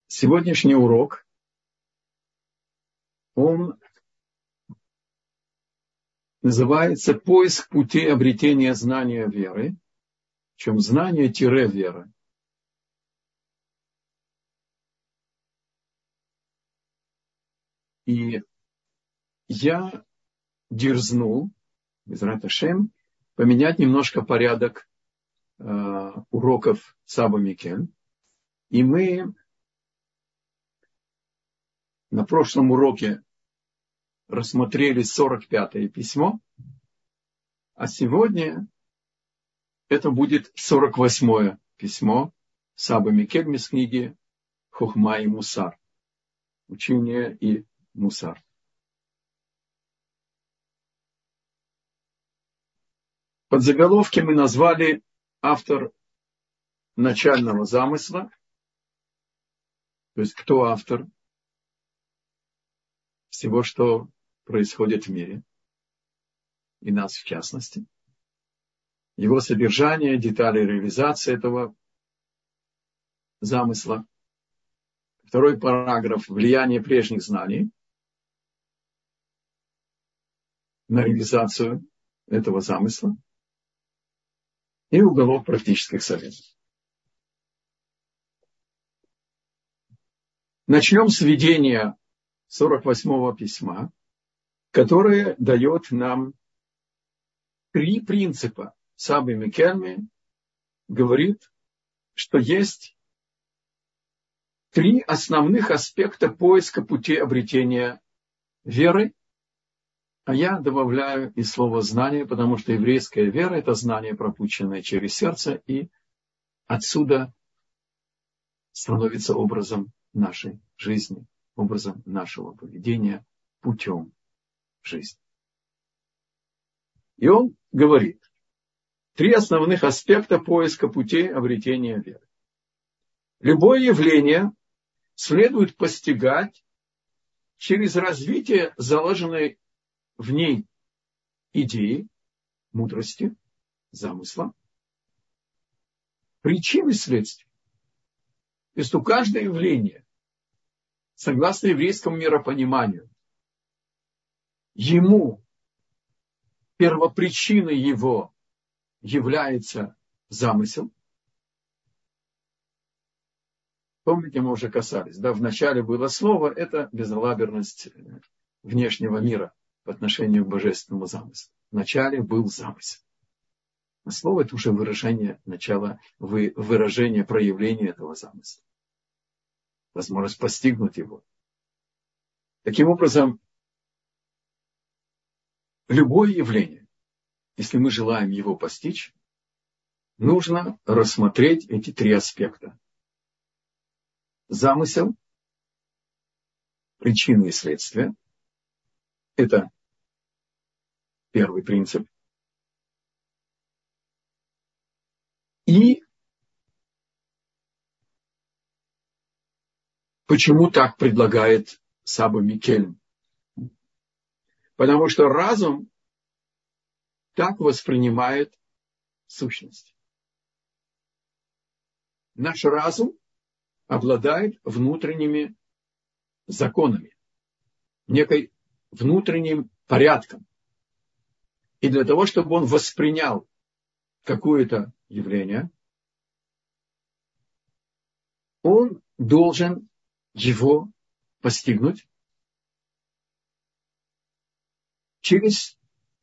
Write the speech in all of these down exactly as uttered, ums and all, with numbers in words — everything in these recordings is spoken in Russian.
Сегодняшний урок, он называется «Поиск путей обретения знания веры», причем знание-вера. И я дерзнул, Безрат Ашем, поменять немножко порядок э, уроков Саба Микель. И мы на прошлом уроке рассмотрели сорок пятое письмо, а сегодня это будет сорок восьмое письмо Саба Микель из книги Хохма и Мусар. Учение и мусар. Под заголовки мы назвали автор начального замысла, то есть кто автор всего, что происходит в мире, и нас в частности, его содержание, детали реализации этого замысла. Второй параграф – влияние прежних знаний на реализацию этого замысла. И уголок практических советов. Начнем с введения сорок восьмого письма, которое дает нам три принципа. Саба Микель говорит, что есть три основных аспекта поиска путей обретения веры, а я добавляю и слово «знание», потому что еврейская вера – это знание, пропущенное через сердце, и отсюда становится образом нашей жизни, образом нашего поведения, путем жизни. И он говорит, три основных аспекта поиска путей обретения веры. Любое явление следует постигать через развитие заложенной в ней идеи, мудрости, замысла, причин и следствий. То есть у каждого явления, согласно еврейскому миропониманию, ему, первопричиной его является замысел. Помните, мы уже касались, да, вначале было слово, это безалаберность внешнего мира по отношению к божественному замыслу. Вначале был замысел. А слово – это уже выражение начала, выражение проявления этого замысла. Возможность постигнуть его. Таким образом, любое явление, если мы желаем его постичь, нужно рассмотреть эти три аспекта. Замысел, причины и следствия – это первый принцип. И почему так предлагает Саба Микель? Потому что разум так воспринимает сущность. Наш разум обладает внутренними законами, некой внутренним порядком. И для того, чтобы он воспринял какое-то явление, он должен его постигнуть через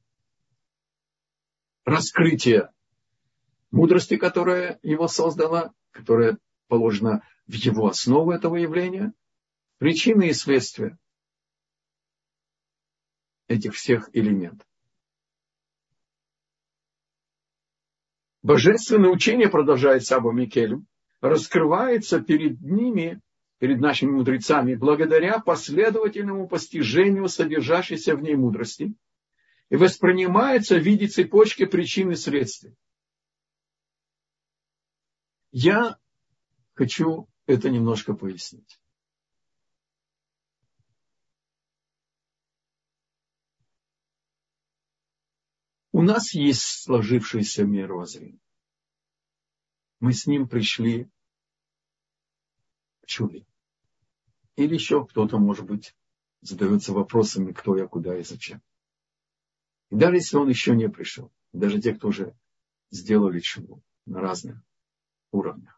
раскрытие мудрости, которая его создала, которая положена в его основу этого явления, причины и следствия этих всех элементов. Божественное учение, продолжает Саба Микель, раскрывается перед ними, перед нашими мудрецами, благодаря последовательному постижению содержащейся в ней мудрости и воспринимается в виде цепочки причин и следствий. Я хочу это немножко пояснить. У нас есть сложившееся мировоззрение. Мы с ним пришли к чуде. Или еще кто-то, может быть, задается вопросами, кто я, куда и зачем. И даже если он еще не пришел, даже те, кто уже сделали чего на разных уровнях,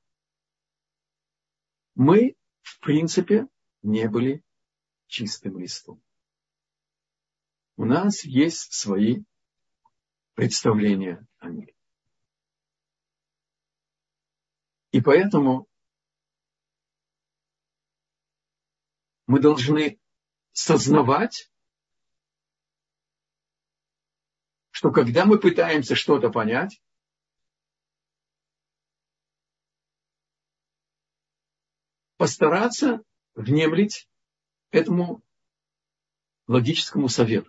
мы, в принципе, не были чистым листом. У нас есть свои представления о мире. И поэтому мы должны сознавать, что когда мы пытаемся что-то понять, постараться внемлить этому логическому совету.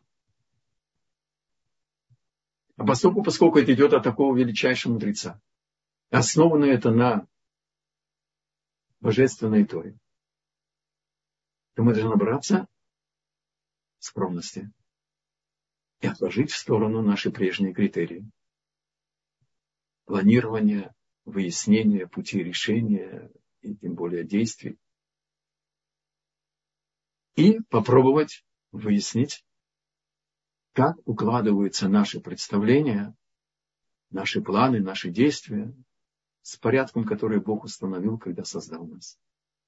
А поскольку, поскольку это идет от такого величайшего мудреца, основано это на божественной Торе, то мы должны набраться скромности и отложить в сторону наши прежние критерии. Планирование, выяснение пути решения и тем более действий. И попробовать выяснить, как укладываются наши представления, наши планы, наши действия с порядком, который Бог установил, когда создал нас.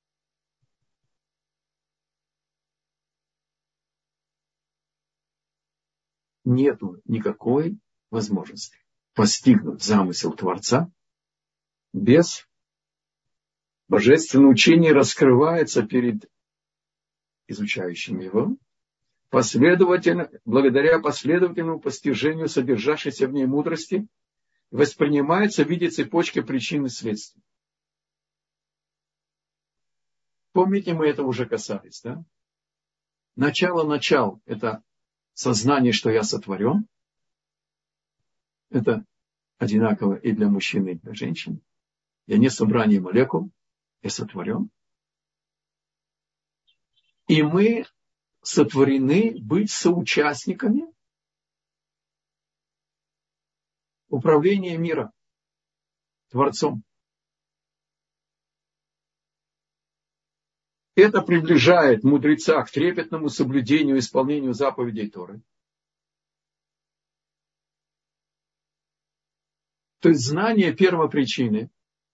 Нету никакой возможности постигнуть замысел Творца без божественного учения, раскрывается перед изучающим его, последовательно, благодаря последовательному постижению содержащейся в ней мудрости, воспринимается в виде цепочки причин и следствий. Помните, мы это уже касались, да? Начало-начал – это сознание, что я сотворен. Это одинаково и для мужчин, и для женщин. Я не собрание молекул, я сотворен. И мы сотворены быть соучастниками управления мира, Творцом. Это приближает мудреца к трепетному соблюдению и исполнению заповедей Торы. То есть знание первопричины,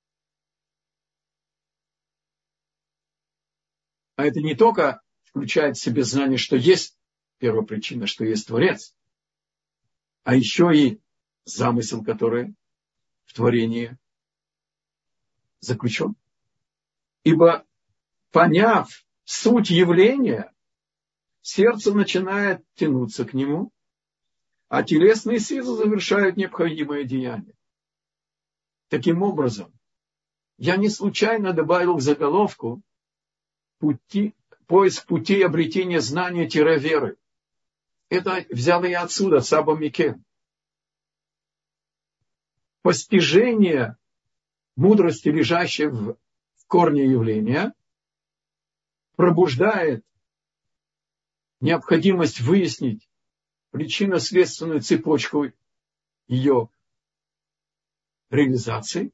а это не только включает в себе знание, что есть первопричина, что есть Творец, а еще и замысел, который в творении заключен. Ибо, поняв суть явления, сердце начинает тянуться к нему, а телесные силы завершают необходимое деяние. Таким образом, я не случайно добавил к заголовку пути, поиск путей обретения знания-веры. Это взял я отсюда, Саба Микен. Постижение мудрости, лежащей в корне явления, пробуждает необходимость выяснить причинно-следственную цепочку ее реализации.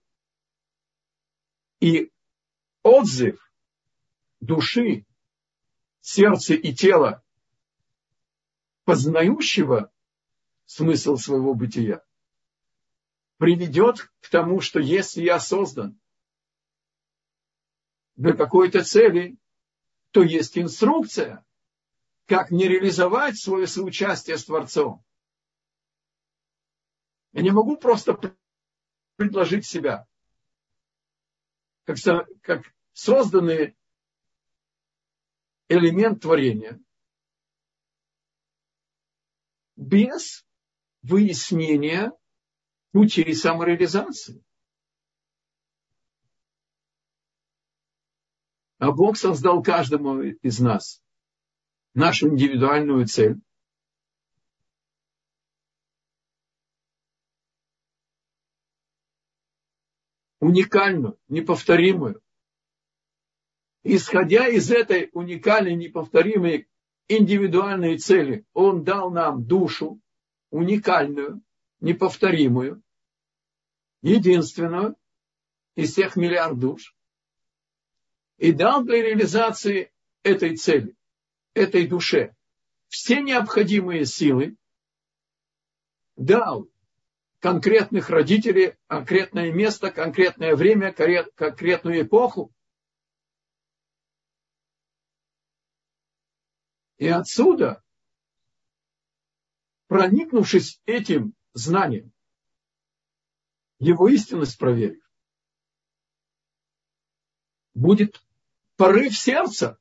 И отзыв души, сердца и тела, познающего смысл своего бытия, приведет к тому, что если я создан для какой-то цели, то есть инструкция, как не реализовать свое соучастие с Творцом. Я не могу просто предложить себя, как, как созданный элемент творения, без выяснения путей самореализации. А Бог создал каждому из нас нашу индивидуальную цель. Уникальную, неповторимую. Исходя из этой уникальной, неповторимой, индивидуальной цели, Он дал нам душу уникальную, неповторимую, единственную из всех миллиард душ, и дал для реализации этой цели, этой душе все необходимые силы, дал конкретных родителей, конкретное место, конкретное время, конкретную эпоху. И отсюда, проникнувшись этим знанием, его истинность проверив, будет порыв сердца.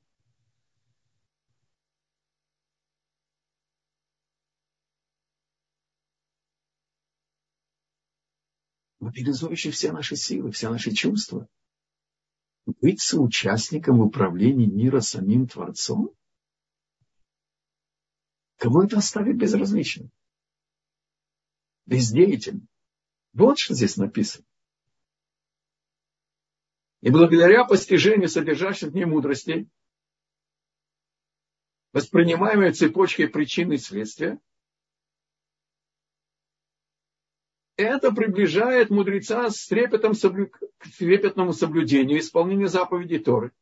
Мобилизующий все наши силы, все наши чувства. Быть соучастником в управлении мира самим Творцом? Кого это оставит безразличным? Бездеятельным. Вот что здесь написано. И благодаря постижению содержащих в ней мудростей, воспринимаемой цепочкой причин и следствия, это приближает мудреца с трепетом соблю... к трепетному соблюдению и исполнению заповедей Торы.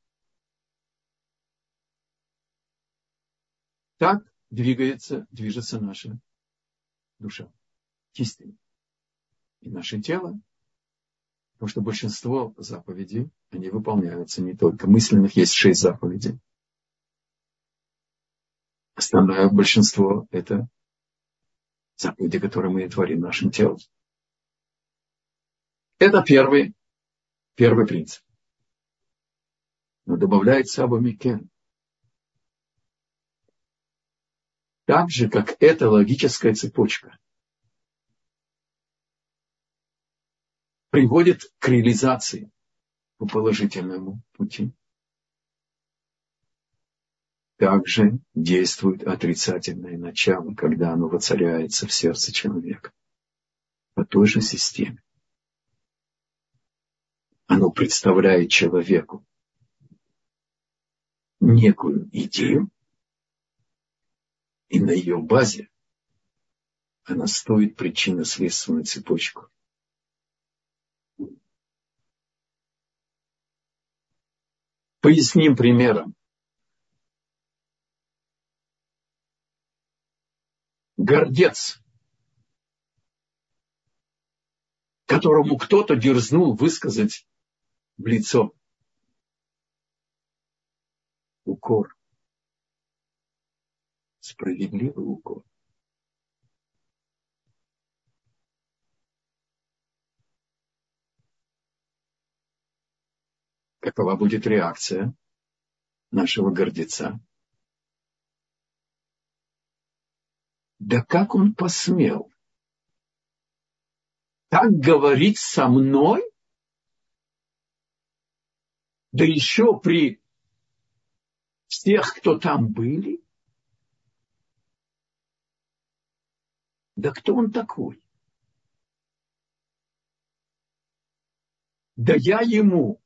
Так двигается, движется наша душа к истине. И наше тело, потому что большинство заповедей, они выполняются не только. Мысленных есть шесть заповедей. Основное большинство – это заповеди, которые мы творим нашим телом. Это первый, первый принцип. Но добавляет Саба Микен. Так же, как эта логическая цепочка приводит к реализации по положительному пути, также действует отрицательное начало, когда оно воцаряется в сердце человека. По той же системе. Оно представляет человеку некую идею, и на ее базе она строит причинно-следственную цепочку. Поясним примером. Гордец, которому кто-то дерзнул высказать в лицо укор, справедливый укор. Какова будет реакция нашего гордеца? Да как он посмел так говорить со мной, да еще при всех, кто там были? Да кто он такой? Да я ему.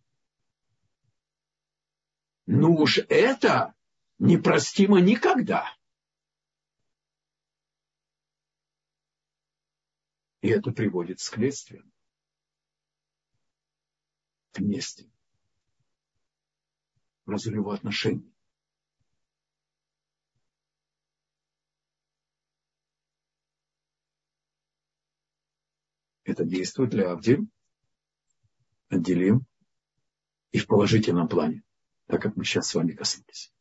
Ну уж это непростимо никогда. И это приводит к следствию, к мести, к разрыву отношений. Это действует для Авдиль, отделим и в положительном плане, так как мы сейчас с вами коснулись.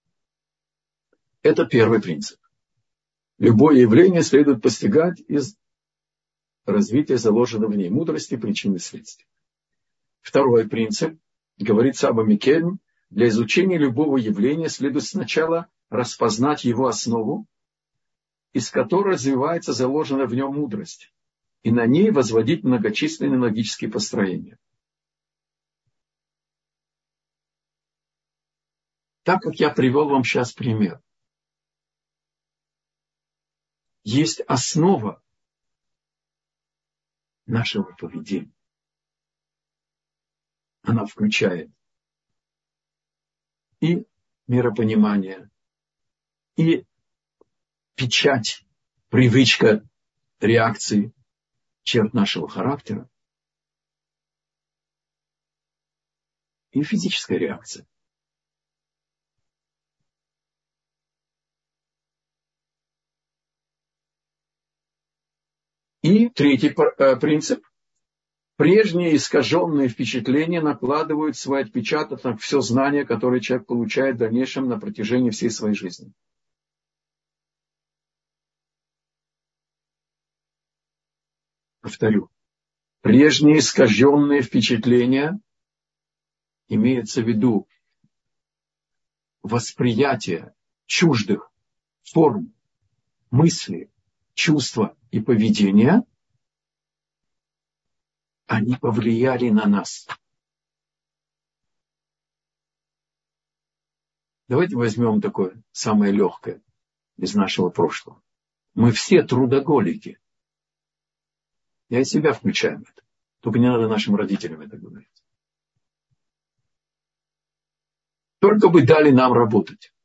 Это первый принцип. Любое явление следует постигать из развития заложенного в ней мудрости, причин и следствий. Второй принцип, говорит Саба Микен, для изучения любого явления следует сначала распознать его основу, из которой развивается заложенная в нем мудрость, и на ней возводить многочисленные логические построения. Так как я привел вам сейчас пример, есть основа нашего поведения. Она включает и миропонимание, и печать, привычка реакции, черт нашего характера, и физическая реакция. И третий принцип. Прежние искаженные впечатления накладывают свой отпечаток на все знание, которое человек получает в дальнейшем на протяжении всей своей жизни. Повторю. Прежние искаженные впечатления, имеется в виду восприятие чуждых форм, мыслей, чувства и поведения, они повлияли на нас. Давайте возьмем такое самое легкое из нашего прошлого. Мы все трудоголики. Я и себя включаю в это. Только не надо нашим родителям это говорить. Только бы дали нам работать.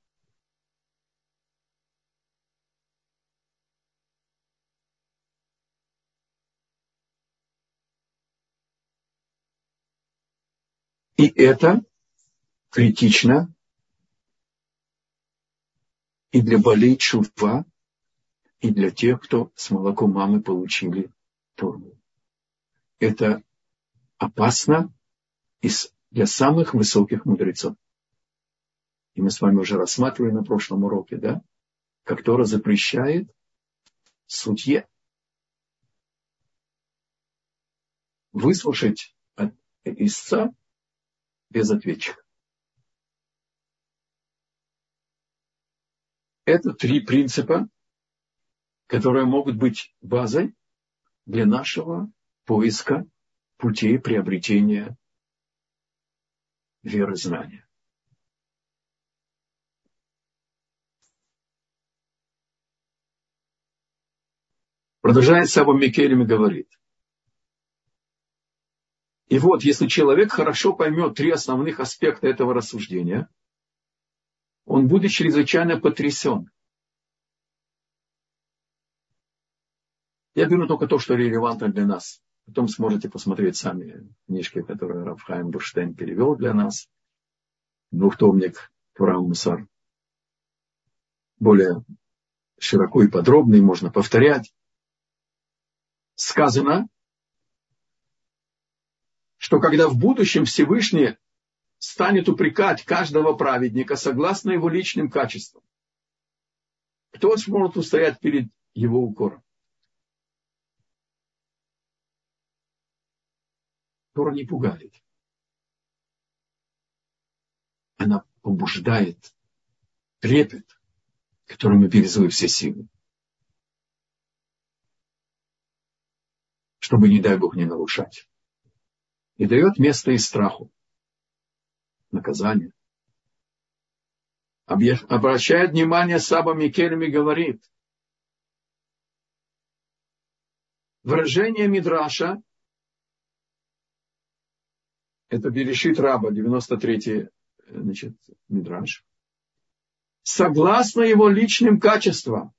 И это критично и для болей чува, и для тех, кто с молоком мамы получили Тору. Это опасно и для самых высоких мудрецов. И мы с вами уже рассматривали на прошлом уроке, да, как Тора запрещает судье выслушать от истца без ответчика. Это три принципа, которые могут быть базой для нашего поиска путей приобретения веры знания. Продолжает Саба Микелем и говорит. И вот, если человек хорошо поймет три основных аспекта этого рассуждения, он будет чрезвычайно потрясен. Я беру только то, что релевантно для нас. Потом сможете посмотреть сами книжки, которые Рав Хаим Бурштейн перевел для нас. Двухтомник Тура Мусар. Более широко и подробно, и можно повторять. Сказано, что когда в будущем Всевышний станет упрекать каждого праведника согласно его личным качествам, кто сможет устоять перед его укором? Тора не пугает. Она побуждает трепет, которым мобилизует все силы. Чтобы, не дай Бог, не нарушать. И дает место и страху. Наказание. Обращает внимание Саба Микелем и говорит. Выражение Мидраша, это Берешит Раба, девяносто третий, значит, Мидраш, согласно его личным качествам.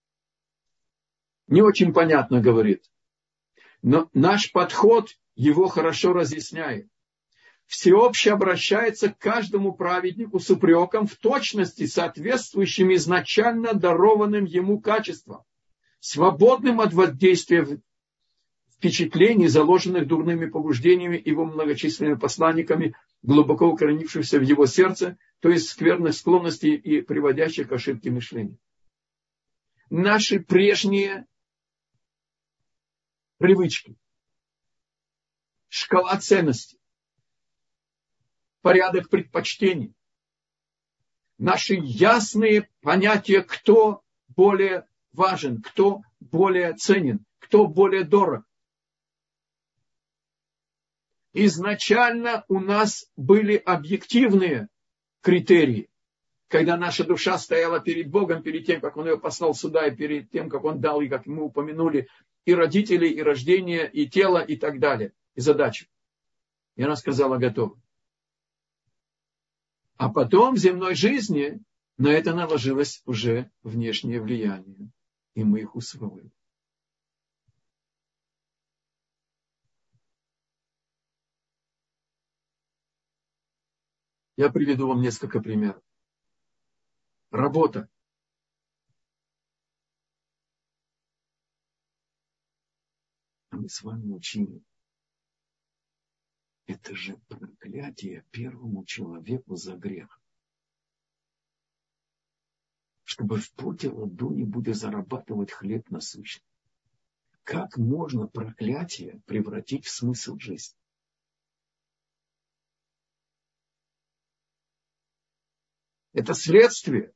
Не очень понятно говорит. Но наш подход его хорошо разъясняет. Всеобще обращается к каждому праведнику с упреком в точности, соответствующим изначально дарованным ему качествам, свободным от воздействия впечатлений, заложенных дурными побуждениями его многочисленными посланниками, глубоко укоренившихся в его сердце, то есть скверных склонностей и приводящих к ошибке мышления. Наши прежние привычки, шкала ценностей, порядок предпочтений, наши ясные понятия, кто более важен, кто более ценен, кто более дорог. Изначально у нас были объективные критерии, когда наша душа стояла перед Богом, перед тем, как Он ее послал сюда, и перед тем, как Он дал, и как мы упомянули, и родителей, и рождение, и тело, и так далее, и задачу. И она сказала, готово. А потом в земной жизни на это наложилось уже внешнее влияние, и мы их усвоили. Я приведу вам несколько примеров. Работа. А мы с вами учили. Это же проклятие первому человеку за грех. Чтобы в поте ладони будет зарабатывать хлеб насущный. Как можно проклятие превратить в смысл жизни? Это следствие.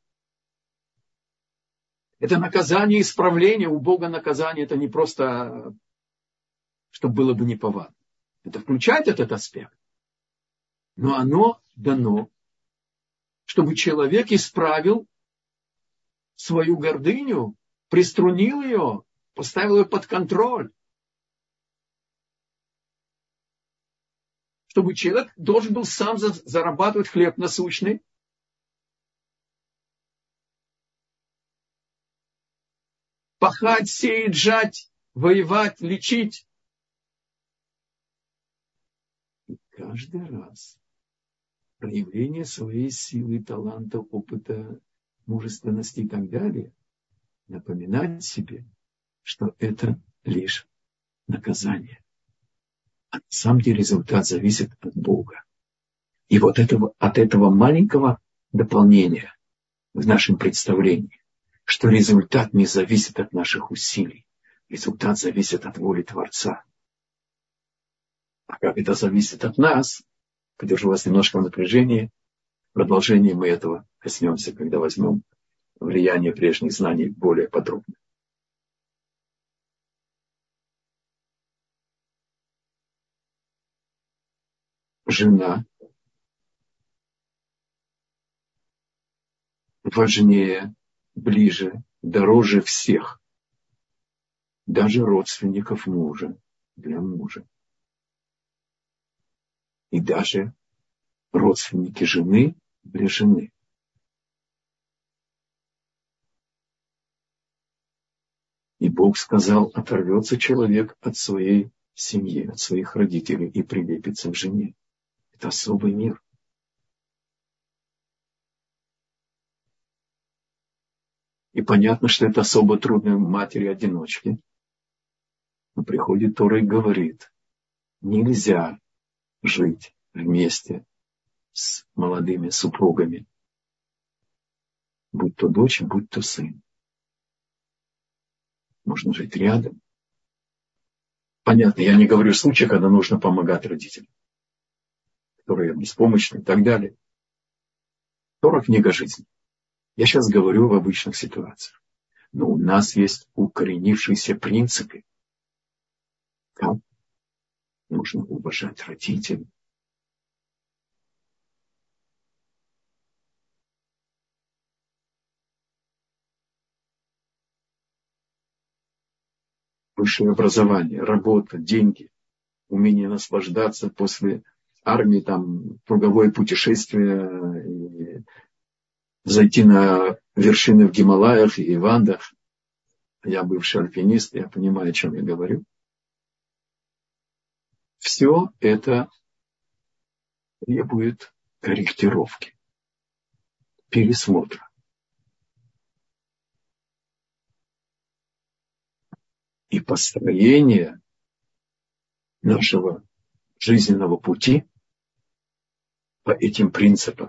Это наказание, исправление. У Бога наказание это не просто, чтобы было бы неповадно. Это включает этот аспект. Но оно дано, чтобы человек исправил свою гордыню, приструнил ее, поставил ее под контроль. Чтобы человек должен был сам зарабатывать хлеб насущный. Пахать, сеять, жать, воевать, лечить. И каждый раз проявление своей силы, таланта, опыта, мужественности и так далее напоминать себе, что это лишь наказание. А на самом деле результат зависит от Бога. И вот этого, от этого маленького дополнения в нашем представлении, что результат не зависит от наших усилий, результат зависит от воли Творца. А как это зависит от нас, подержу вас немножко в напряжении, в продолжении мы этого коснемся, когда возьмем влияние прежних знаний более подробно. Жена важнее, ближе, дороже всех, даже родственников мужа, для мужа. И даже родственники жены для жены. И Бог сказал, оторвется человек от своей семьи, от своих родителей и прилепится к жене. Это особый мир. И понятно, что это особо трудно матери-одиночке. Но приходит Тора и говорит, нельзя жить вместе с молодыми супругами, будь то дочь, будь то сын. Можно жить рядом. Понятно, я не говорю случаи, когда нужно помогать родителям, которые беспомощны и так далее. Тора — книга жизни. Я сейчас говорю в обычных ситуациях. Но у нас есть укоренившиеся принципы, как нужно уважать родителей. Высшее образование, работа, деньги, умение наслаждаться после армии, там, круговое путешествие, и зайти на вершины в Гималаях и в Андах. Я бывший альпинист, я понимаю, о чем я говорю. Все это требует корректировки, пересмотра. И построение нашего жизненного пути по этим принципам.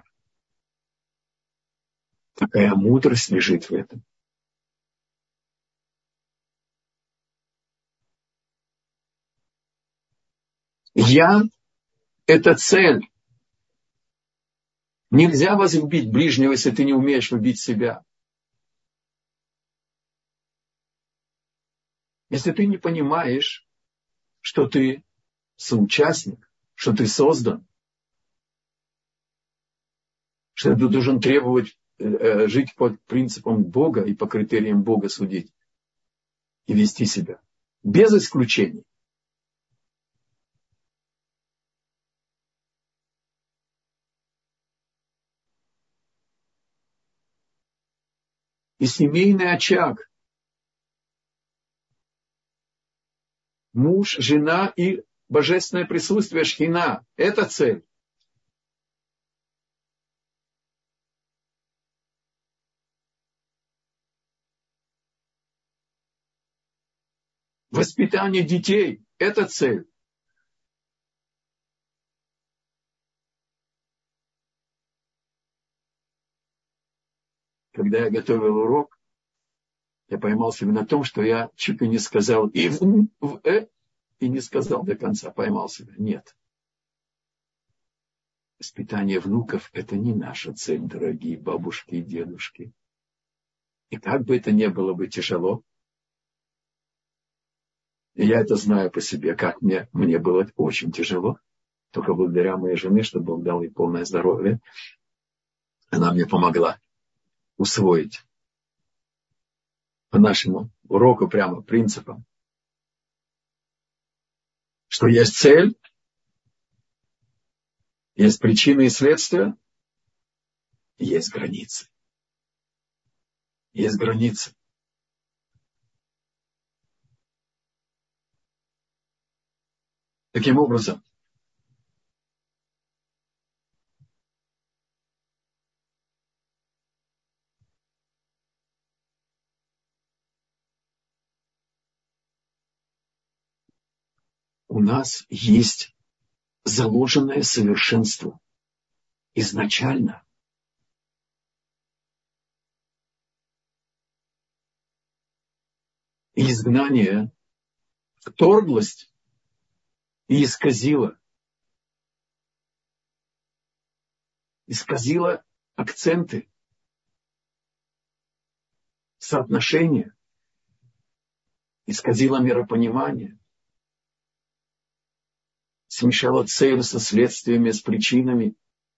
Такая мудрость лежит в этом. Я – это цель. Нельзя возлюбить ближнего, если ты не умеешь любить себя. Если ты не понимаешь, что ты соучастник, что ты создан, что ты должен требовать э, жить под принципом Бога и по критериям Бога судить и вести себя. Без исключений. И семейный очаг. Муж, жена и божественное присутствие Шхина. Это цель. Воспитание детей – это цель. Когда я готовил урок, я поймал себя на том, что я чуть ли не сказал и в, в э, и не сказал до конца, поймал себя. Нет. Воспитание внуков – это не наша цель, дорогие бабушки и дедушки. И как бы это ни было бы тяжело, и я это знаю по себе, как мне, мне было очень тяжело, только благодаря моей жене, что Бог дал ей полное здоровье, она мне помогла усвоить по нашему уроку прямо принципам, что есть цель, есть причины и следствия, и есть границы. Есть границы. Таким образом, у нас есть заложенное совершенство изначально. И изгнание вторглось и исказило. Исказило акценты, соотношения, исказило миропонимание, смешало цель со следствиями, с причинами.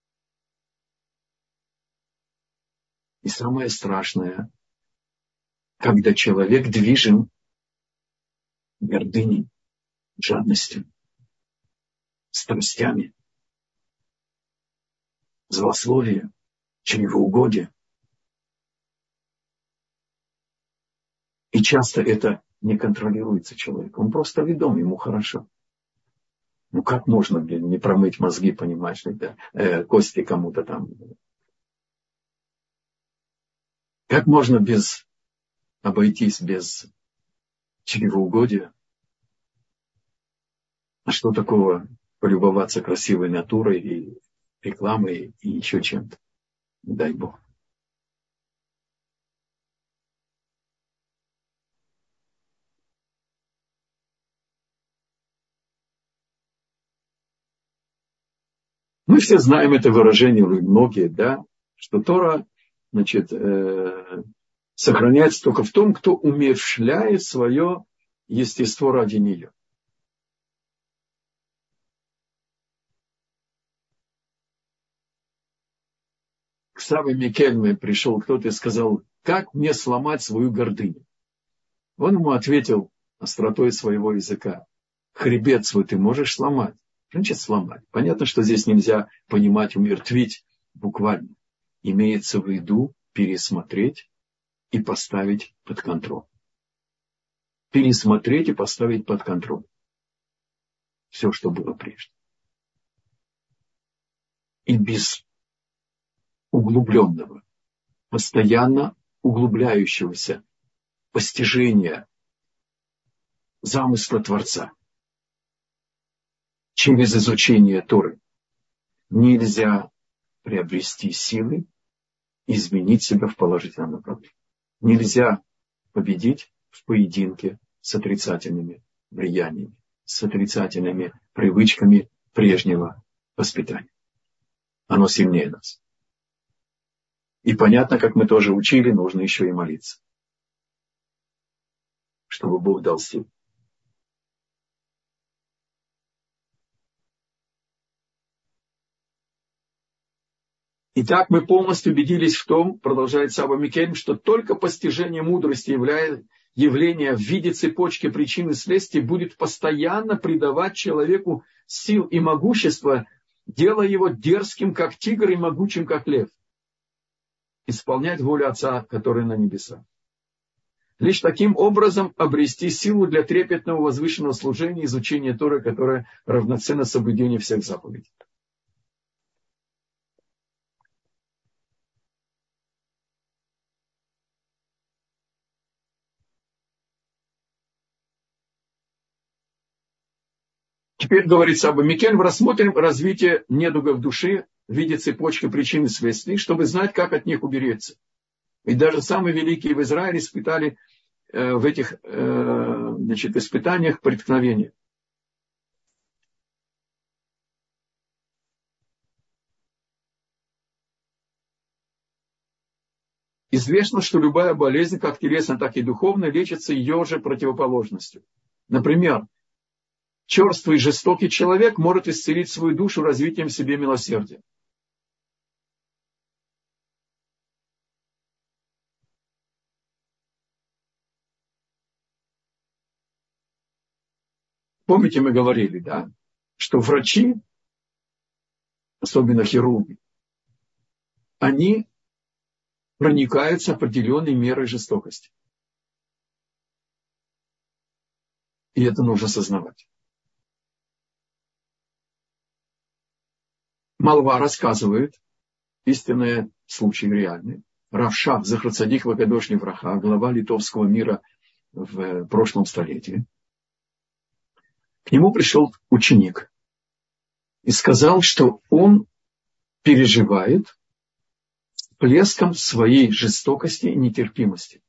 И самое страшное, когда человек движим гордыней, жадностью, страстями, злословием, чревоугодием. И часто это не контролируется человеком. Он просто ведом, ему хорошо. Ну как можно, блин, не промыть мозги, понимаешь, это, э, кости кому-то там. Как можно без обойтись без чревоугодия? А что такого полюбоваться красивой натурой и рекламой и еще чем-то? Дай Бог. Мы все знаем это выражение, многие, да, что Тора, значит, э, сохраняется только в том, кто умерщвляет свое естество ради нее. К Саве Микельме пришел кто-то и сказал, как мне сломать свою гордыню? Он ему ответил остротой своего языка, хребет свой ты можешь сломать? Значит, сломать. Понятно, что здесь нельзя понимать, умертвить буквально. Имеется в виду пересмотреть и поставить под контроль. Пересмотреть и поставить под контроль все, что было прежде. И без углубленного, постоянно углубляющегося постижения замысла Творца через изучение Торы нельзя приобрести силы, изменить себя в положительном направлении. Нельзя победить в поединке с отрицательными влияниями, с отрицательными привычками прежнего воспитания. Оно сильнее нас. И понятно, как мы тоже учили, нужно еще и молиться, чтобы Бог дал силу. Итак, мы полностью убедились в том, продолжает Саба Микельм, что только постижение мудрости являет явление в виде цепочки причин и следствий будет постоянно придавать человеку сил и могущество, делая его дерзким, как тигр, и могучим, как лев. Исполнять волю Отца, который на небесах. Лишь таким образом обрести силу для трепетного возвышенного служения и изучения Торы, которое равноценно соблюдению всех заповедей. Теперь говорится об Микель, рассмотрим развитие недугов души в виде цепочки причин и следствий, чтобы знать, как от них уберечься. Ведь даже самые великие в Израиле испытали э, в этих э, значит, испытаниях преткновения. Известно, что любая болезнь, как телесная, так и духовная, лечится ее же противоположностью. Например, черствый и жестокий человек может исцелить свою душу развитием в себе милосердия. Помните, мы говорили, да, что врачи, особенно хирурги, они проникаются определенной мерой жестокости. И это нужно осознавать. Молва рассказывает истинные случаи реальные. Рав Шах Зехер Цадик Вакадош Левраха, глава литовского мира в прошлом столетии, к нему пришел ученик и сказал, что он переживает всплеском своей жестокости и нетерпимости.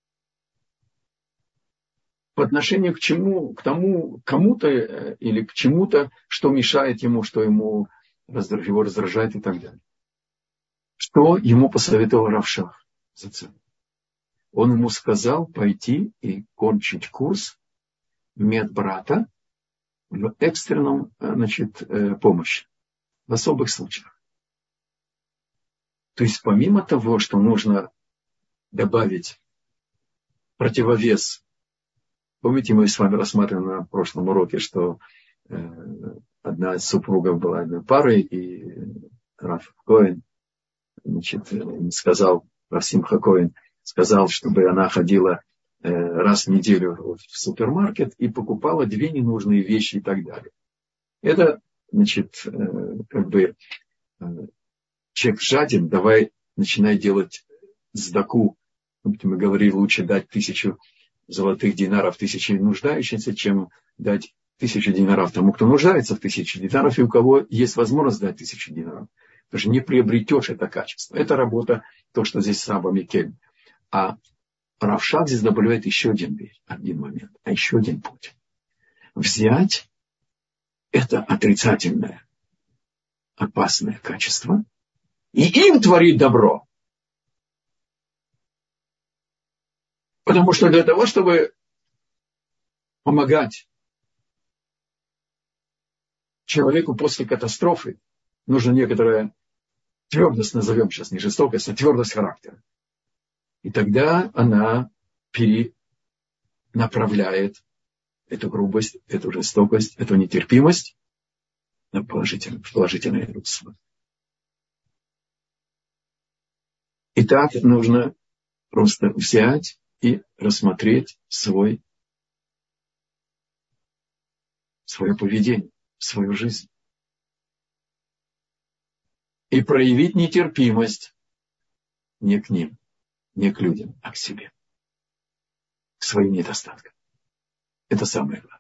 По отношению к чему, к тому, кому-то или к чему-то, что мешает ему, что ему, его раздражает и так далее. Что ему посоветовал Рав Шах? Он ему сказал пойти и кончить курс медбрата в экстренном, значит, помощи, в особых случаях. То есть помимо того, что нужно добавить противовес. Помните, мы с вами рассматривали на прошлом уроке, что одна из супругов была одной парой, и Рав Коэн, значит, сказал, Рав Симха Коэн, сказал, чтобы она ходила раз в неделю в супермаркет и покупала две ненужные вещи и так далее. Это, значит, как бы человек жаден, давай начинай делать сдаку. Мы говорили, лучше дать тысячу золотых динаров тысяче нуждающимся, чем дать тысячу динаров тому, кто нуждается в тысяче динаров, и у кого есть возможность дать тысячу динаров. Потому что не приобретешь это качество. Это работа, то, что здесь Раба Микель. А Рав Шах здесь добавляет еще один, один момент, а еще один путь. Взять это отрицательное, опасное качество и им творить добро. Потому что для того, чтобы помогать человеку после катастрофы, нужна некоторая твердость, назовем сейчас не жестокость, а твердость характера. И тогда она перенаправляет эту грубость, эту жестокость, эту нетерпимость на положительное, положительное русло. И так нужно просто взять и рассмотреть свой, свое поведение, свою жизнь. И проявить нетерпимость не к ним, не к людям, а к себе. К своим недостаткам. Это самое главное.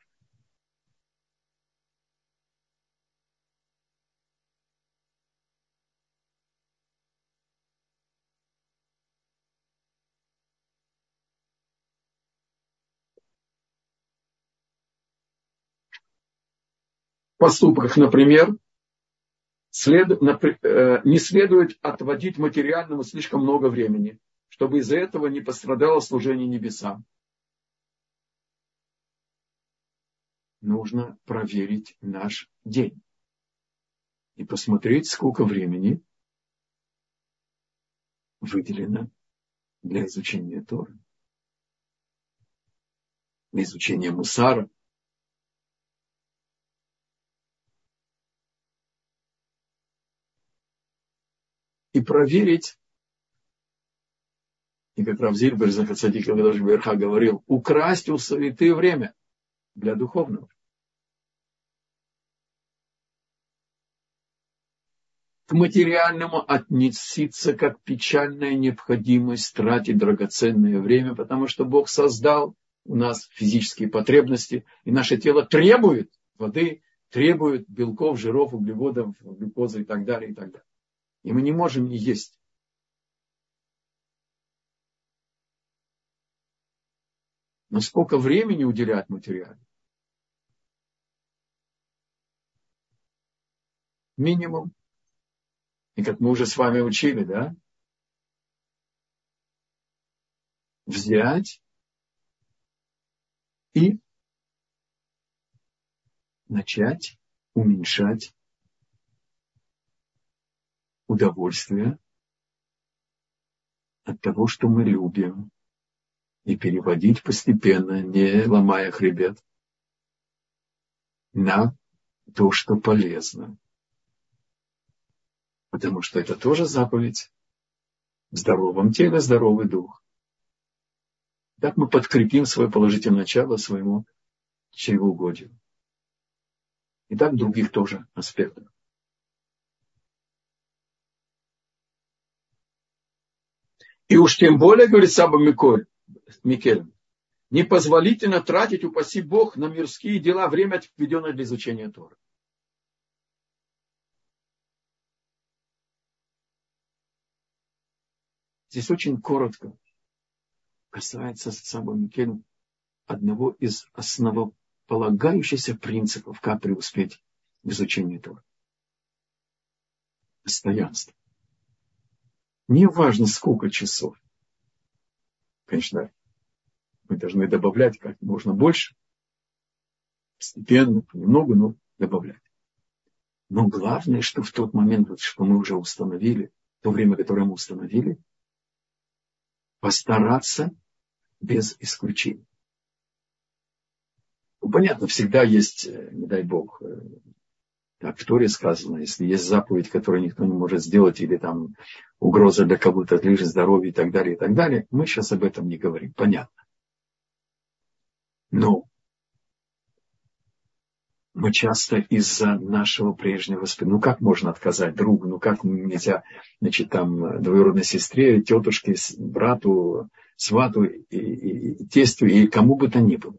В поступках, например, след, не следует отводить материальному слишком много времени, чтобы из-за этого не пострадало служение небесам. Нужно проверить наш день и посмотреть, сколько времени выделено для изучения Торы, для изучения мусара. И проверить, и как Рав Зильбер Зехер Цадик Вакадош говорил, украсть у суеты время для духовного. К материальному относиться как печальная необходимость тратить драгоценное время, потому что Бог создал у нас физические потребности, и наше тело требует воды, требует белков, жиров, углеводов, глюкозы и так далее, и так далее. И мы не можем не есть. Но сколько времени уделять материалу? Минимум. И как мы уже с вами учили, да? Взять и начать уменьшать удовольствие от того, что мы любим, и переводить постепенно, не ломая хребет, на то, что полезно. Потому что это тоже заповедь. В здоровом теле здоровый дух. Так мы подкрепим свое положительное начало своему чревоугодию. И так в других тоже аспектах. И уж тем более, говорит Саба Микель, непозволительно тратить, упаси Бог, на мирские дела время, отведенное для изучения Торы. Здесь очень коротко касается Саба Микель одного из основополагающихся принципов, как преуспеть в изучении Торы. Постоянство. Не важно, сколько часов. Конечно, мы должны добавлять как можно больше. Постепенно, понемногу, но добавлять. Но главное, что в тот момент, что мы уже установили, то время, которое мы установили, постараться без исключений. Ну, понятно, всегда есть, не дай Бог, как в Торе сказано, если есть заповедь, которую никто не может сделать, или там угроза для кого-то, лишь здоровья и так далее, и так далее, мы сейчас об этом не говорим, понятно. Но мы часто из-за нашего прежнего воспитания, ну как можно отказать другу, ну как нельзя, значит, там, двоюродной сестре, тетушке, брату, свату, и, и, и тестю, и кому бы то ни было.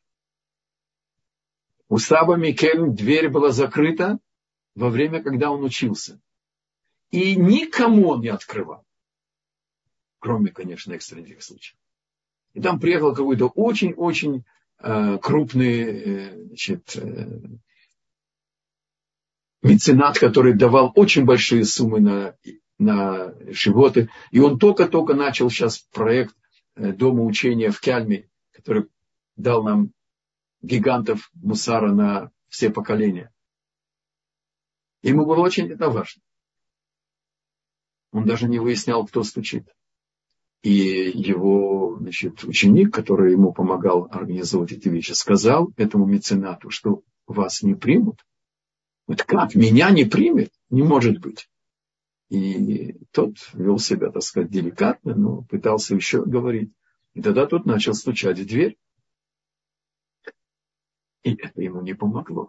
У Саба Микель дверь была закрыта во время, когда он учился. И никому он не открывал. Кроме, конечно, экстренных случаев. И там приехал какой-то очень-очень э, крупный э, значит, э, меценат, который давал очень большие суммы на, на животы. И он только-только начал сейчас проект э, дома учения в Кяльме, который дал нам гигантов мусара на все поколения. Ему было очень это важно. Он даже не выяснял, кто стучит. И его, значит, ученик, который ему помогал организовывать эти вещи, сказал этому меценату, что вас не примут. Вот как? Меня не примет? Не может быть. И тот вел себя, так сказать, деликатно, но пытался еще говорить. И тогда тот начал стучать в дверь. И это ему не помогло.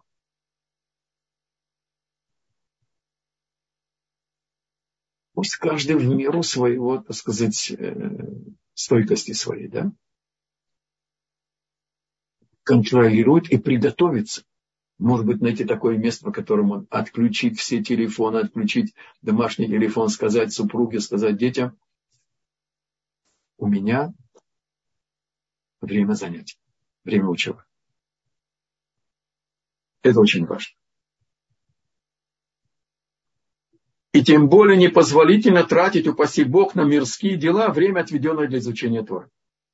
Пусть каждый в меру своего, так сказать, стойкости своей, да, контролирует и приготовится. Может быть, найти такое место, по которому он отключить все телефоны, отключить домашний телефон, сказать супруге, сказать детям, у меня время занятий, время учебы. Это очень важно. И тем более непозволительно тратить, упаси Бог, на мирские дела время, отведенное для изучения Торы.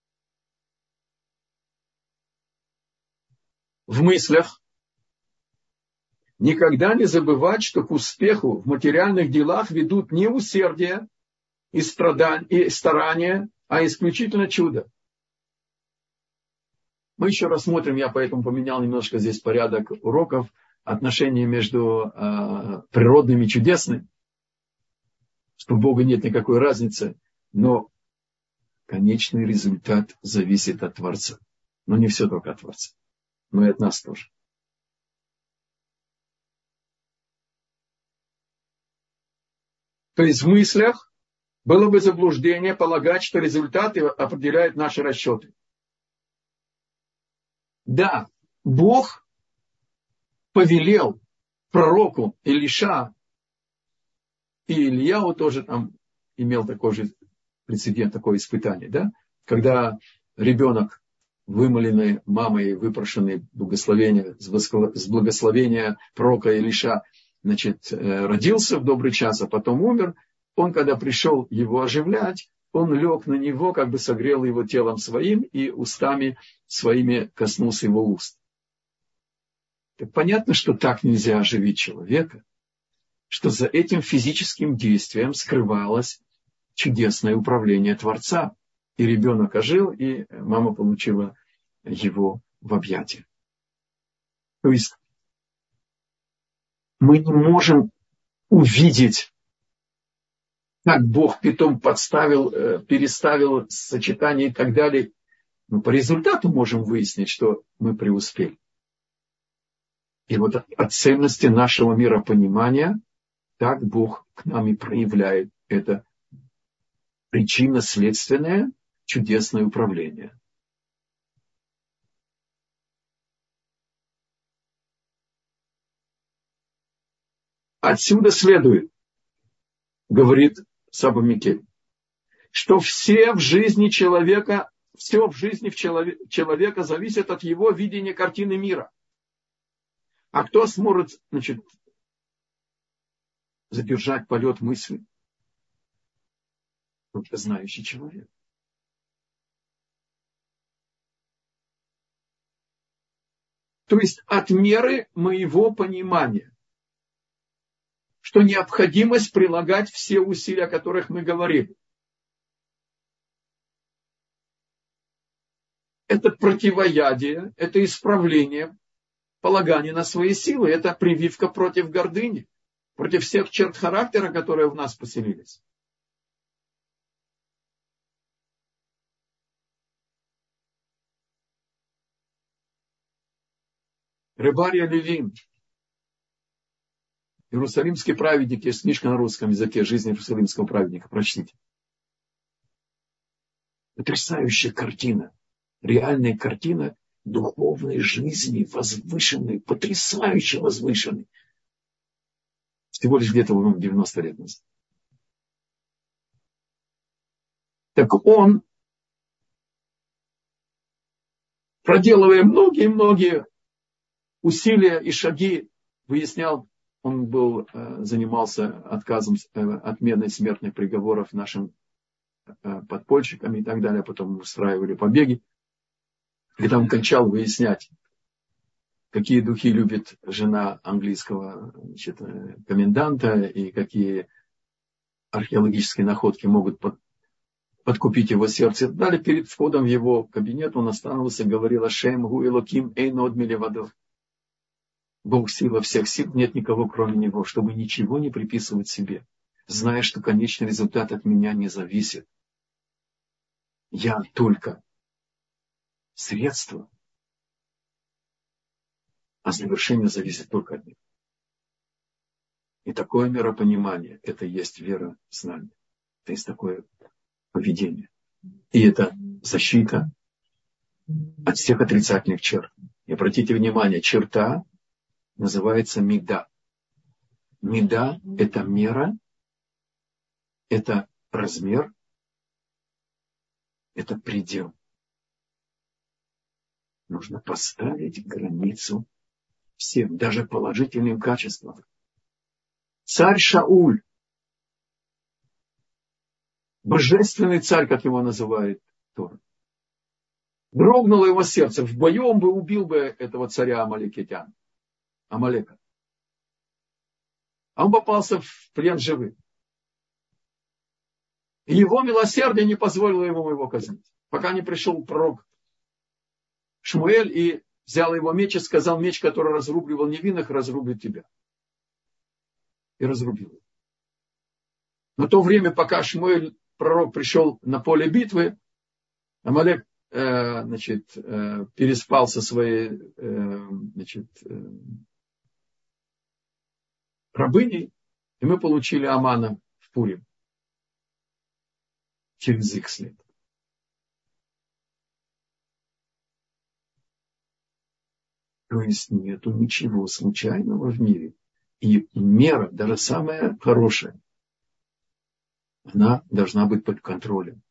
В мыслях никогда не забывать, что к успеху в материальных делах ведут не усердие и, страдания, и старания, а исключительно чудо. Мы еще рассмотрим, я поэтому поменял немножко здесь порядок уроков, отношения между э, природным и чудесным, что у Бога нет никакой разницы, но конечный результат зависит от Творца. Но не все только от Творца, но и от нас тоже. То есть в мыслях было бы заблуждение полагать, что результаты определяют наши расчеты. Да, Бог повелел пророку Илиша, и Ильяу тоже там имел такой же прецедент, такое испытание, да? Когда ребенок, вымоленный мамой, выпрошенный благословение, с благословения пророка Илиша, значит, родился в добрый час, а потом умер, он, когда пришел его оживлять, он лег на него, как бы согрел его телом своим и устами своими коснулся его уст. Так понятно, что так нельзя оживить человека, что за этим физическим действием скрывалось чудесное управление Творца. И ребенок ожил, и мама получила его в объятия. То есть мы не можем увидеть, как Бог питом подставил, переставил сочетание и так далее. Но по результату можем выяснить, что мы преуспели. И вот от ценности нашего миропонимания так Бог к нам и проявляет это причинно-следственное чудесное управление. Отсюда следует, говорит Саба Микель, что все в жизни человека, все в жизни человека зависит от его видения картины мира. А кто сможет, значит, задержать полет мысли? Только знающий человек. То есть от меры моего понимания, что необходимость прилагать все усилия, о которых мы говорили. Это противоядие, это исправление, полагание на свои силы, это прививка против гордыни, против всех черт характера, которые в нас поселились. Рыбарья Левин, Иерусалимский праведник, есть книжка на русском языке «Жизнь Иерусалимского праведника», прочтите. Потрясающая картина, реальная картина духовной жизни, возвышенной, потрясающе возвышенной. Всего лишь где-то девяносто лет назад. Так он, проделывая многие-многие усилия и шаги, выяснял, он был, занимался отказом, отменой смертных приговоров нашим подпольщикам и так далее, потом устраивали побеги. Когда он кончал выяснять, какие духи любит жена английского, значит, коменданта и какие археологические находки могут под, подкупить его сердце. Далее перед входом в его кабинет он остановился и говорил: «Ашем гу элоким эйнод милевадов». Бог сила всех сил, нет никого кроме Него, чтобы ничего не приписывать себе, зная, что конечный результат от меня не зависит. Я только средство, а завершение зависит только от Него. И такое миропонимание, это и есть вера знания. Это есть такое поведение. И это защита от всех отрицательных черт. И обратите внимание, черта называется мида. Мида – это мера, это размер, это предел. Нужно поставить границу всем, даже положительным качествам. Царь Шауль, божественный царь, как его называет Тора, дрогнуло его сердце. В бою он бы убил бы этого царя Амалекитян, Амалека. А он попался в плен живым. И его милосердие не позволило ему его казнить. Пока не пришел пророк Шмуэль и взял его меч и сказал: меч, который разрубливал невинных, разрубит тебя. И разрубил его. Но то время, пока Шмуэль, пророк, пришел на поле битвы, Амалек э, значит, э, переспал со своей э, значит, э, рабыней, и мы получили Амана в Пурим. Через их след. То есть нету ничего случайного в мире. И мера, даже самая хорошая, она должна быть под контролем.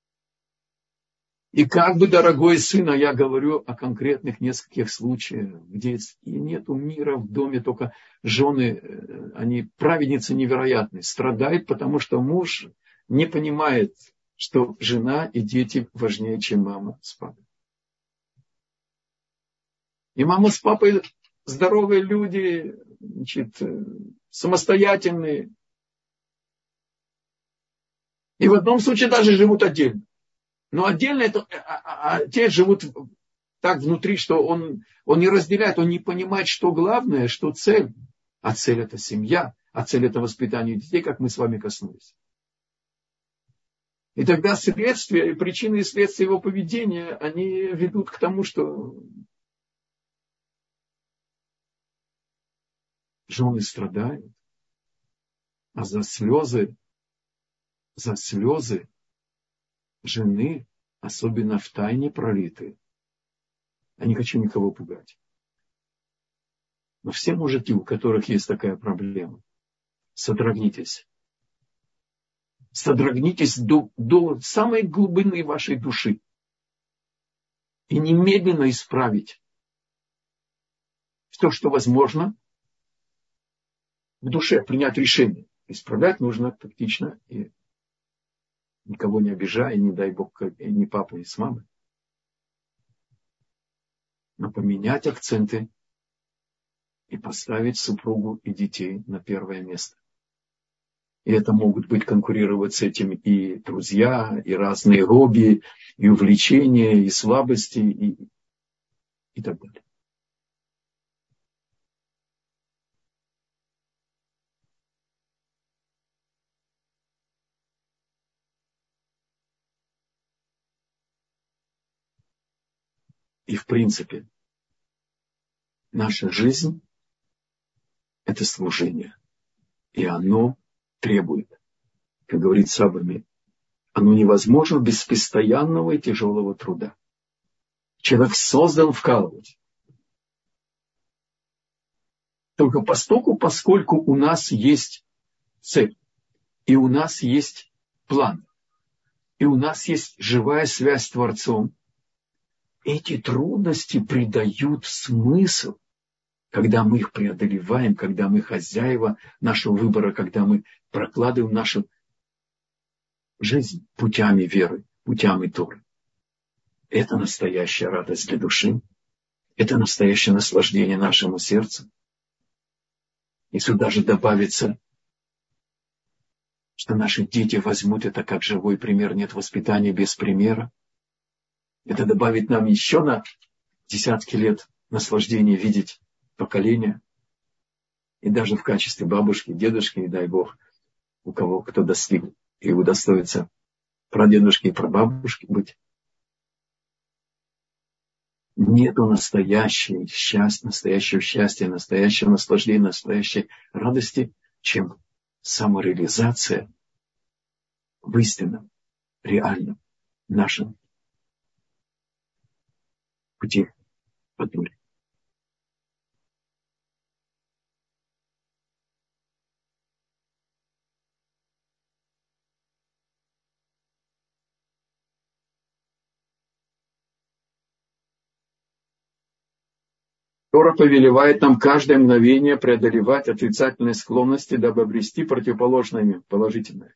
И как бы, дорогой сын, а я говорю о конкретных нескольких случаях, где нету мира в доме, только жены, они праведницы невероятные, страдают, потому что муж не понимает, что жена и дети важнее, чем мама с папой. И мама с папой здоровые люди, значит, самостоятельные. И в одном случае даже живут отдельно. Но отдельно это, а, а те живут так внутри, что он, он не разделяет, он не понимает, что главное, что цель. А цель это семья, а цель это воспитание детей, как мы с вами коснулись. И тогда следствия, причины и следствия его поведения, они ведут к тому, что жены страдают, а за слезы, за слезы жены, особенно в тайне пролиты. Я не хочу никого пугать. Но все мужики, у которых есть такая проблема, содрогнитесь. Содрогнитесь до, до самой глубины вашей души. И немедленно исправить все, что возможно, в душе принять решение. Исправлять нужно тактично и никого не обижая, не дай Бог, ни папу, ни с мамой. Но поменять акценты и поставить супругу и детей на первое место. И это могут быть конкурировать с этим и друзья, и разные хобби, и увлечения, и слабости, и, и так далее. И в принципе, наша жизнь – это служение. И оно требует, как говорит Сабами, оно невозможно без постоянного и тяжелого труда. Человек создан вкалывать. Только постольку, поскольку у нас есть цель, и у нас есть план, и у нас есть живая связь с Творцом, эти трудности придают смысл, когда мы их преодолеваем, когда мы хозяева нашего выбора, когда мы прокладываем нашу жизнь путями веры, путями Торы. Это настоящая радость для души. Это настоящее наслаждение нашему сердцу. И сюда же добавится, что наши дети возьмут это как живой пример. Нет воспитания без примера. Это добавит нам еще на десятки лет наслаждения видеть поколения. И даже в качестве бабушки, дедушки, не дай Бог, у кого кто достиг и удостоится прадедушки и прабабушки быть. Нету настоящего счастья, настоящего счастья, настоящего наслаждения, настоящей радости, чем самореализация в истинном, реальном нашем пути по Торе. Тора повелевает нам каждое мгновение преодолевать отрицательные склонности, дабы обрести противоположное положительное.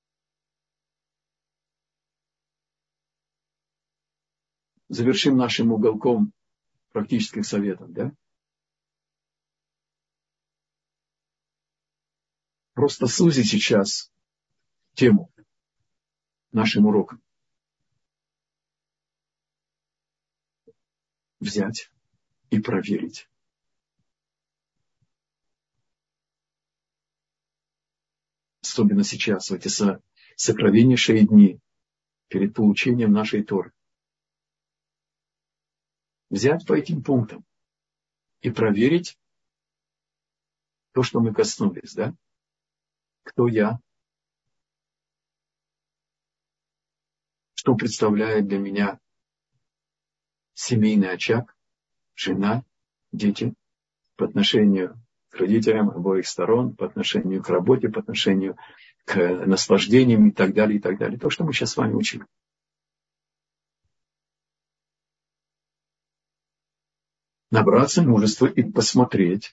Завершим нашим уголком практических советов, да? Просто сузи сейчас тему нашим уроком. Взять и проверить. Особенно сейчас, в эти сокровеннейшие дни, перед получением нашей Торы. Взять по этим пунктам и проверить то, что мы коснулись, да? Кто я? Что представляет для меня семейный очаг, жена, дети по отношению к родителям обоих сторон, по отношению к работе, по отношению к наслаждениям и так далее, и так далее. То, что мы сейчас с вами учили. Набраться мужества и посмотреть.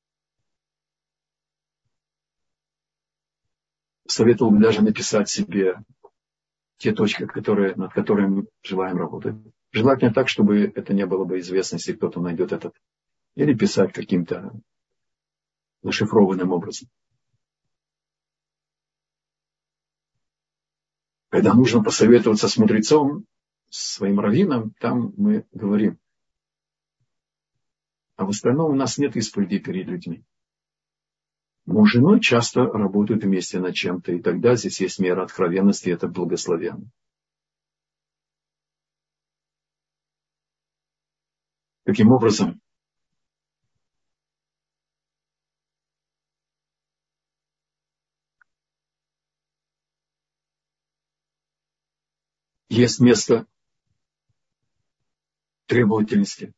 Советовал бы даже написать себе те точки, которые, над которыми мы желаем работать. Желательно так, чтобы это не было бы известно, если кто-то найдет этот. Или писать каким-то зашифрованным образом. Когда нужно посоветоваться с мудрецом, с своим раввином, там мы говорим. А в остальном у нас нет исповеди перед людьми. Муж с женой часто работают вместе над чем-то, и тогда здесь есть мера откровенности, и это благословенно. Таким образом, есть место требовательности,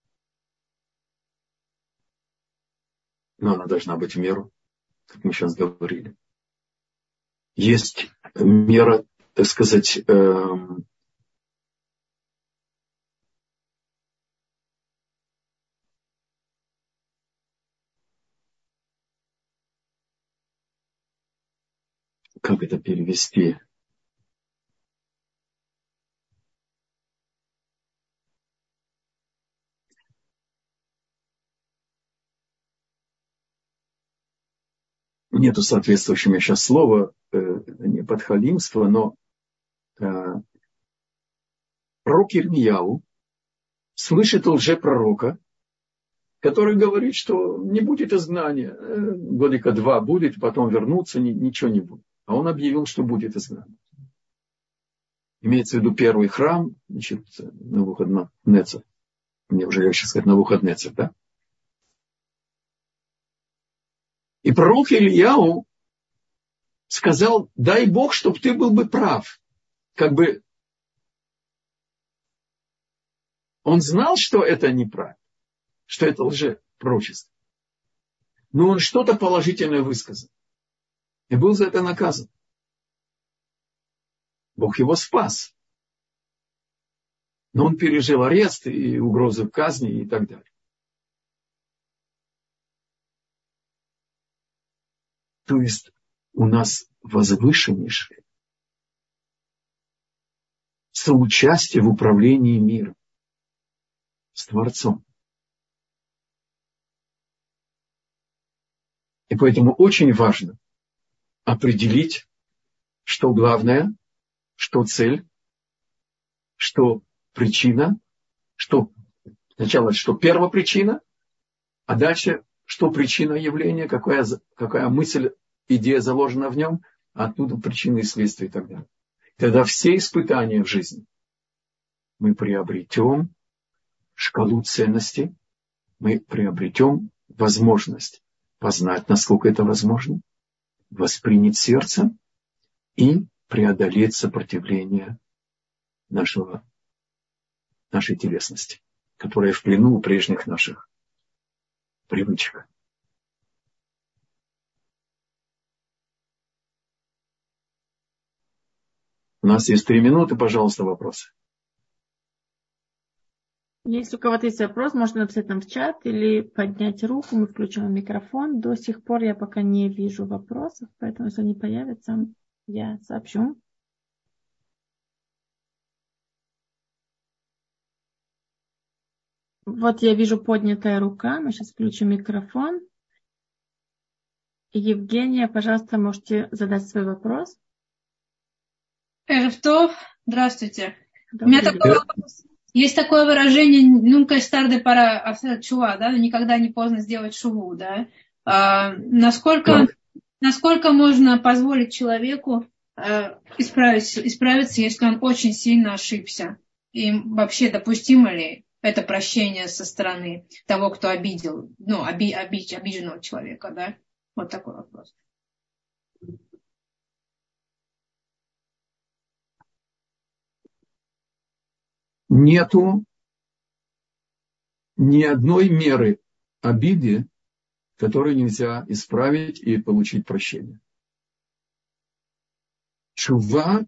но она должна быть в меру, как мы сейчас говорили. Есть мера, так сказать, эм, как это перевести? Нету соответствующего сейчас слова, э, не подхалимство, но э, пророк Ирмияу слышит лжепророка, который говорит, что не будет изгнания. Э, годика два будет, потом вернуться, ни, ничего не будет. А он объявил, что будет изгнание. Имеется в виду первый храм, значит, Навуходоносор. Мне уже легче сказать Навуходоносор, да? И пророк Ильяу сказал, дай Бог, чтобы ты был бы прав. Как бы он знал, что это неправда, что это лжепророчество. Но он что-то положительное высказал. И был за это наказан. Бог его спас. Но он пережил арест и угрозы казни и так далее. То есть у нас возвышеннейшее соучастие в управлении миром с Творцом. И поэтому очень важно определить, что главное, что цель, что причина, что сначала, что первопричина, а дальше, что причина явления, какая, какая мысль, идея заложена в нем, а оттуда причины и следствия и так далее. Тогда все испытания в жизни мы приобретем шкалу ценностей, мы приобретем возможность познать, насколько это возможно, воспринять сердцем и преодолеть сопротивление нашего, нашей телесности, которая в плену у прежних наших привычек. У нас есть три минуты, пожалуйста, вопросы. Если у кого-то есть вопрос, можно написать нам в чат или поднять руку, мы включим микрофон. До сих пор я пока не вижу вопросов, поэтому если они появятся, я сообщу. Вот я вижу поднятая рука, мы сейчас включим микрофон. Евгения, пожалуйста, можете задать свой вопрос. Эрев Тов, здравствуйте. Добрый У меня такой день. вопрос. Есть такое выражение, нунка старде пора афсет шува, да, никогда не поздно сделать шуву, да. А, насколько, насколько можно позволить человеку а, исправить, исправиться, если он очень сильно ошибся? И вообще допустимо ли это прощение со стороны того, кто обидел, ну, оби, оби, обиженного человека, да? Вот такой вопрос. Нету ни одной меры обиды, который нельзя исправить и получить прощение. Тшува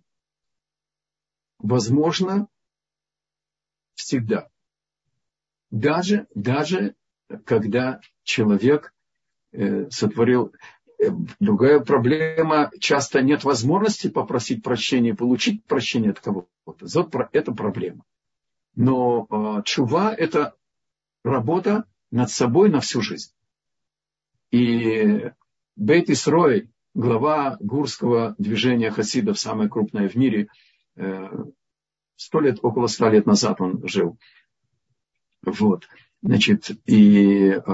возможно всегда. Даже, даже когда человек э, сотворил... Э, другая проблема, часто нет возможности попросить прощения, получить прощение от кого-то. Вот это проблема. Но э, тшува – это работа над собой на всю жизнь. И Бейт Исрой, глава гурского движения хасидов, самое крупное в мире, сто лет, около ста лет назад он жил. Вот. Значит, и э,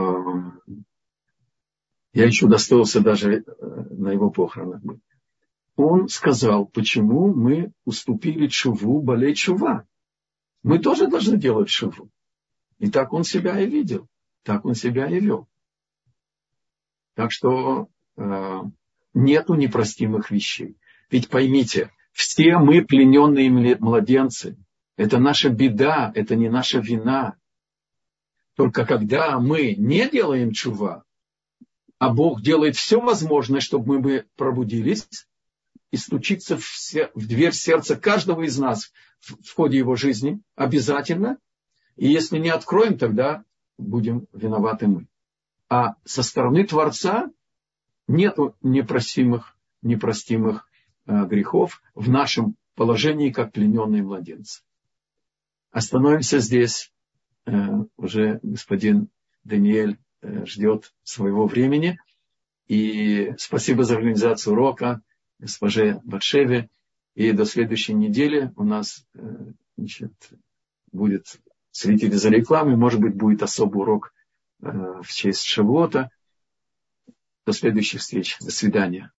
я еще удостоился даже на его похоронах быть. Он сказал, почему мы уступили тшуву болей тшува. Мы тоже должны делать тшуву. И так он себя и видел, так он себя и вел. Так что э, нету непростимых вещей. Ведь поймите, все мы плененные младенцы. Это наша беда, это не наша вина. Только когда мы не делаем тшува, а Бог делает все возможное, чтобы мы пробудились и стучится в, сер- в дверь сердца каждого из нас в, в ходе его жизни обязательно. И если не откроем, тогда будем виноваты мы. А со стороны Творца нету непростимых, непростимых э, грехов в нашем положении, как плененные младенцы. Остановимся здесь. Э, уже господин Даниэль э, ждет своего времени. И спасибо за организацию урока госпоже Батшеве. И до следующей недели у нас э, значит, будет следите за рекламой. Может быть, будет особый урок в честь Шавуота. До следующих встреч. До свидания.